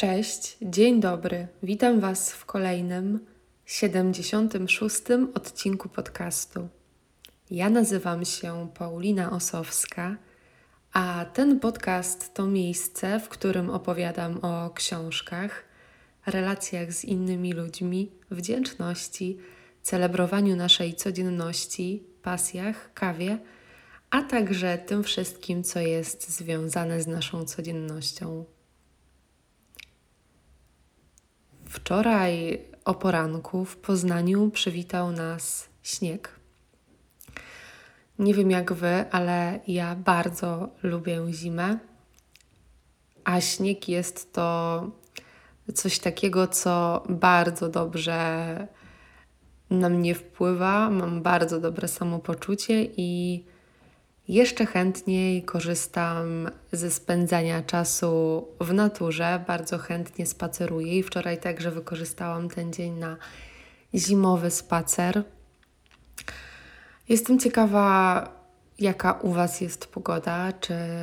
Cześć, dzień dobry. Witam Was w kolejnym 76. odcinku podcastu. Ja nazywam się Paulina Osowska, a ten podcast to miejsce, w którym opowiadam o książkach, relacjach z innymi ludźmi, wdzięczności, celebrowaniu naszej codzienności, pasjach, kawie, a także tym wszystkim, co jest związane z naszą codziennością. Wczoraj o poranku w Poznaniu przywitał nas śnieg. Nie wiem jak Wy, ale ja bardzo lubię zimę, a śnieg jest to coś takiego, co bardzo dobrze na mnie wpływa. Mam bardzo dobre samopoczucie i jeszcze chętniej korzystam ze spędzania czasu w naturze, bardzo chętnie spaceruję i wczoraj także wykorzystałam ten dzień na zimowy spacer. Jestem ciekawa, jaka u Was jest pogoda,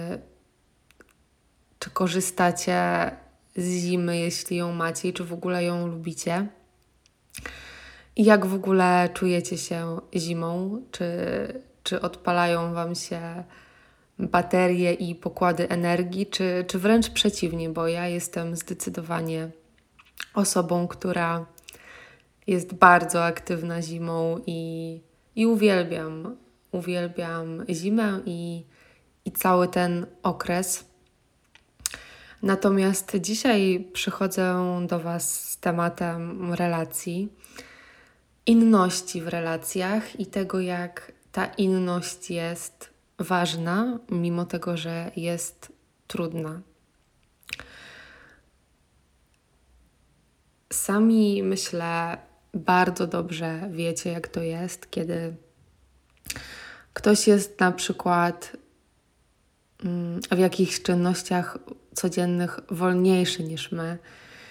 czy korzystacie z zimy, jeśli ją macie i czy w ogóle ją lubicie. I jak w ogóle czujecie się zimą, czy odpalają Wam się baterie i pokłady energii, czy wręcz przeciwnie, bo ja jestem zdecydowanie osobą, która jest bardzo aktywna zimą i uwielbiam zimę i cały ten okres. Natomiast dzisiaj przychodzę do Was z tematem relacji, inności w relacjach i tego, jak ta inność jest ważna, mimo tego, że jest trudna. Sami, myślę, bardzo dobrze wiecie, jak to jest, kiedy ktoś jest na przykład w jakichś czynnościach codziennych wolniejszy niż my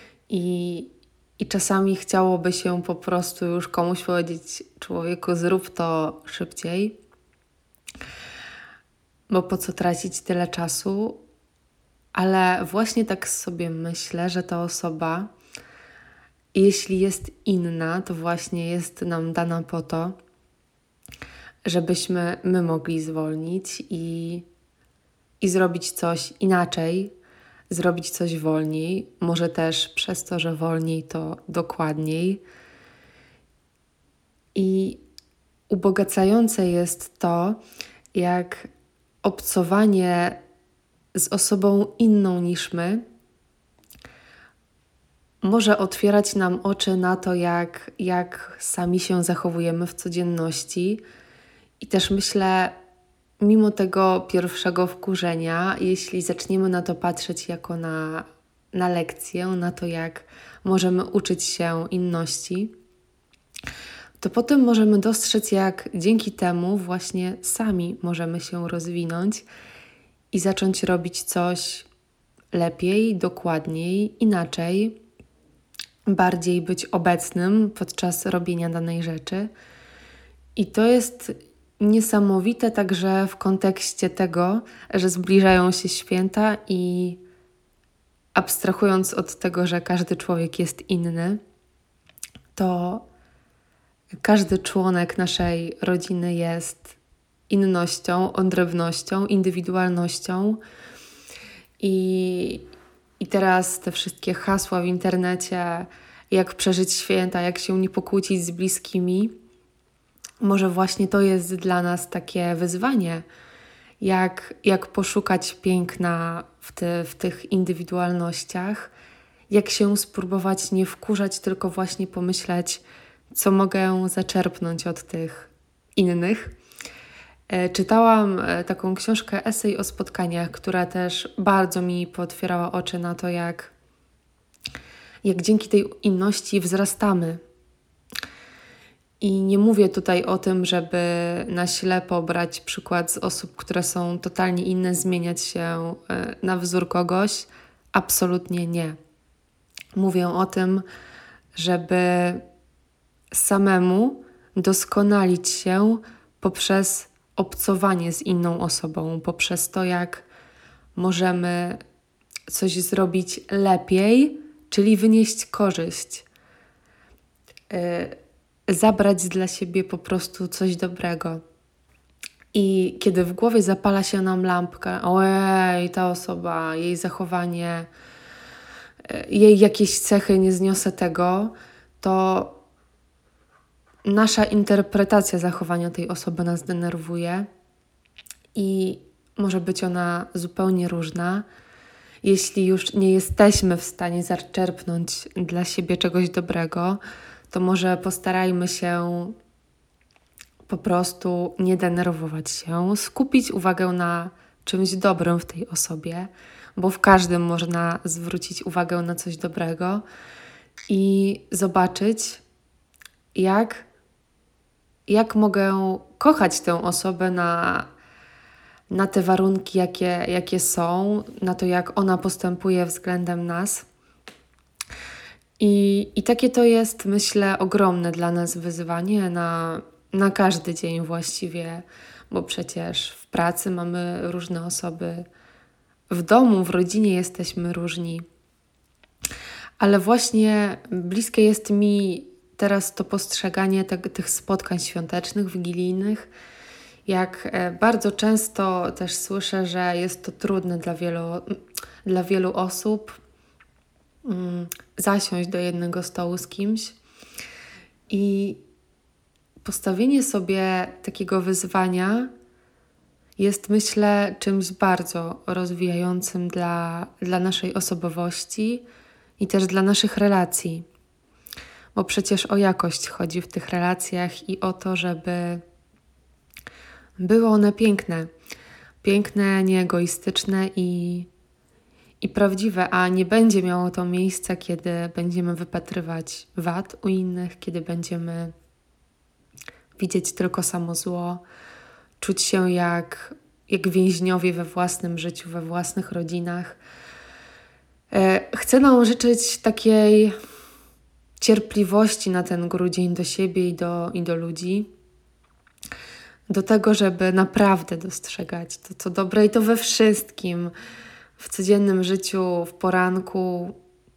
i czasami chciałoby się po prostu już komuś powiedzieć: człowieku, zrób to szybciej, bo po co tracić tyle czasu? Ale właśnie tak sobie myślę, że ta osoba, jeśli jest inna, to właśnie jest nam dana po to, żebyśmy my mogli zwolnić i zrobić coś inaczej, zrobić coś wolniej, może też przez to, że wolniej, to dokładniej. I ubogacające jest to, jak obcowanie z osobą inną niż my może otwierać nam oczy na to, jak sami się zachowujemy w codzienności. I też myślę, mimo tego pierwszego wkurzenia, jeśli zaczniemy na to patrzeć jako na lekcję, na to, jak możemy uczyć się inności, to potem możemy dostrzec, jak dzięki temu właśnie sami możemy się rozwinąć i zacząć robić coś lepiej, dokładniej, inaczej, bardziej być obecnym podczas robienia danej rzeczy. I to jest niesamowite także w kontekście tego, że zbliżają się święta i abstrahując od tego, że każdy człowiek jest inny, to każdy członek naszej rodziny jest innością, odrębnością, indywidualnością. I teraz te wszystkie hasła w internecie, jak przeżyć święta, jak się nie pokłócić z bliskimi, może właśnie to jest dla nas takie wyzwanie, jak poszukać piękna w tych indywidualnościach, jak się spróbować nie wkurzać, tylko właśnie pomyśleć, co mogę zaczerpnąć od tych innych. Czytałam taką książkę Esej o spotkaniach, która też bardzo mi pootwierała oczy na to, jak dzięki tej inności wzrastamy. I nie mówię tutaj o tym, żeby na ślepo brać przykład z osób, które są totalnie inne, zmieniać się na wzór kogoś. Absolutnie nie. Mówię o tym, żeby samemu doskonalić się poprzez obcowanie z inną osobą, poprzez to, jak możemy coś zrobić lepiej, czyli wynieść korzyść. Zabrać dla siebie po prostu coś dobrego. I kiedy w głowie zapala się nam lampka, ojej, ta osoba, jej zachowanie, jej jakieś cechy, nie zniosę tego, to nasza interpretacja zachowania tej osoby nas denerwuje i może być ona zupełnie różna. Jeśli już nie jesteśmy w stanie zaczerpnąć dla siebie czegoś dobrego, to może postarajmy się po prostu nie denerwować się, skupić uwagę na czymś dobrym w tej osobie, bo w każdym można zwrócić uwagę na coś dobrego i zobaczyć, jak mogę kochać tę osobę na te warunki, jakie są, na to, jak ona postępuje względem nas. I takie to jest, myślę, ogromne dla nas wyzwanie na każdy dzień właściwie, bo przecież w pracy mamy różne osoby, w domu, w rodzinie jesteśmy różni. Ale właśnie bliskie jest mi teraz to postrzeganie tych spotkań świątecznych, wigilijnych, jak bardzo często też słyszę, że jest to trudne dla wielu osób zasiąść do jednego stołu z kimś i postawienie sobie takiego wyzwania jest, myślę, czymś bardzo rozwijającym dla naszej osobowości i też dla naszych relacji. Bo przecież o jakość chodzi w tych relacjach i o to, żeby były one piękne. Piękne, nieegoistyczne i prawdziwe, a nie będzie miało to miejsca, kiedy będziemy wypatrywać wad u innych, kiedy będziemy widzieć tylko samo zło, czuć się jak więźniowie we własnym życiu, we własnych rodzinach. Chcę nam życzyć takiej cierpliwości na ten grudzień do siebie i do ludzi, do tego, żeby naprawdę dostrzegać to, co dobre i to we wszystkim, w codziennym życiu, w poranku,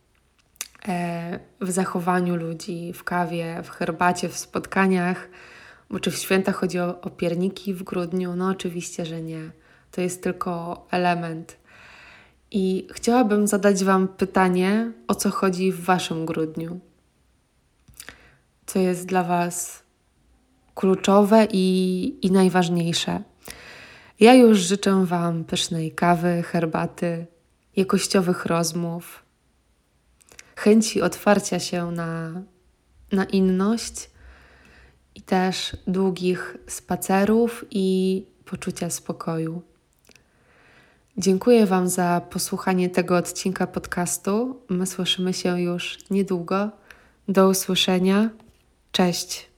w zachowaniu ludzi, w kawie, w herbacie, w spotkaniach. Bo czy w święta chodzi o pierniki w grudniu? No oczywiście, że nie. To jest tylko element. I chciałabym zadać Wam pytanie, o co chodzi w Waszym grudniu? Co jest dla Was kluczowe i najważniejsze? Ja już życzę Wam pysznej kawy, herbaty, jakościowych rozmów, chęci otwarcia się na inność i też długich spacerów i poczucia spokoju. Dziękuję Wam za posłuchanie tego odcinka podcastu. My słyszymy się już niedługo. Do usłyszenia. Cześć.